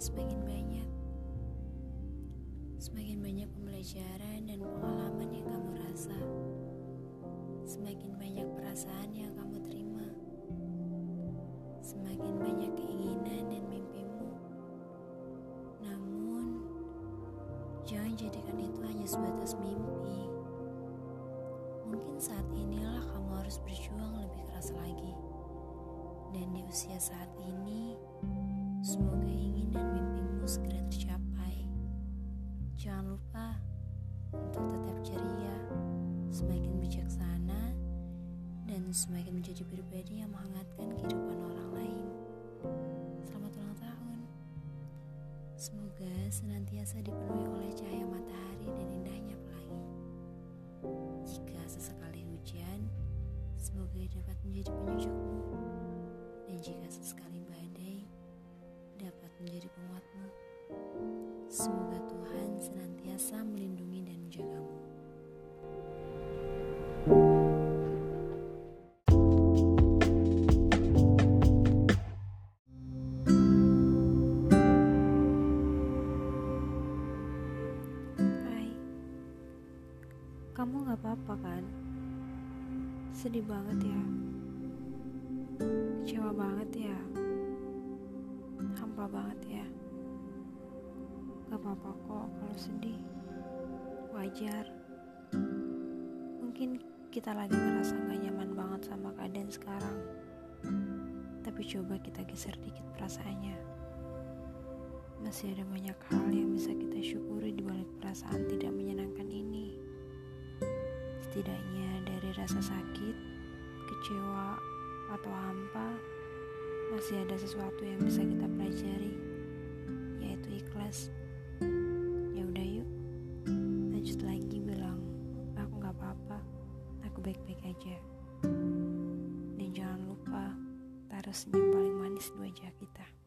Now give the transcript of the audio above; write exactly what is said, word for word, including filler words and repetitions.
semakin banyak. Semakin banyak pembelajaran dan pengalaman yang kamu rasa. Semakin banyak perasaan yang kamu terima. Semakin banyak keinginan dan mimpimu. Namun, jangan jadikan itu hanya sebatas mimpi. Mungkin saat inilah kamu harus berjuang lebih keras lagi. Dan di usia saat ini, semoga ingin dan mimpimu segera tercapai. Jangan lupa untuk tetap ceria, semakin bijaksana, dan semakin menjadi pribadi yang menghangatkan kehidupan orang lain. Selamat ulang tahun. Semoga senantiasa dipenuhi oleh cahaya matahari dan indahnya pelangi. Jika sesekali hujan, semoga dapat menjadi penyujukmu. Dan jika sesekali badai, dapat menjadi penguatmu. Semoga Tuhan senantiasa melindungi dan menjagamu. Hai, kamu gak apa-apa kan? Sedih banget ya? Kecewa banget ya? Hampa banget ya? Gak apa-apa kok kalau sedih. Wajar. Mungkin kita lagi ngerasa gak nyaman banget sama keadaan sekarang. Tapi coba kita geser dikit perasaannya. Masih ada banyak hal yang bisa kita syukuri di balik perasaan tidak menyenangkan ini. Setidaknya dari rasa sakit, kecewa, atau hampa, masih ada sesuatu yang bisa kita pelajari, yaitu ikhlas. Ya udah yuk, lanjut lagi bilang, aku gak apa-apa, aku baik-baik aja. Dan jangan lupa taruh senyum paling manis di wajah kita.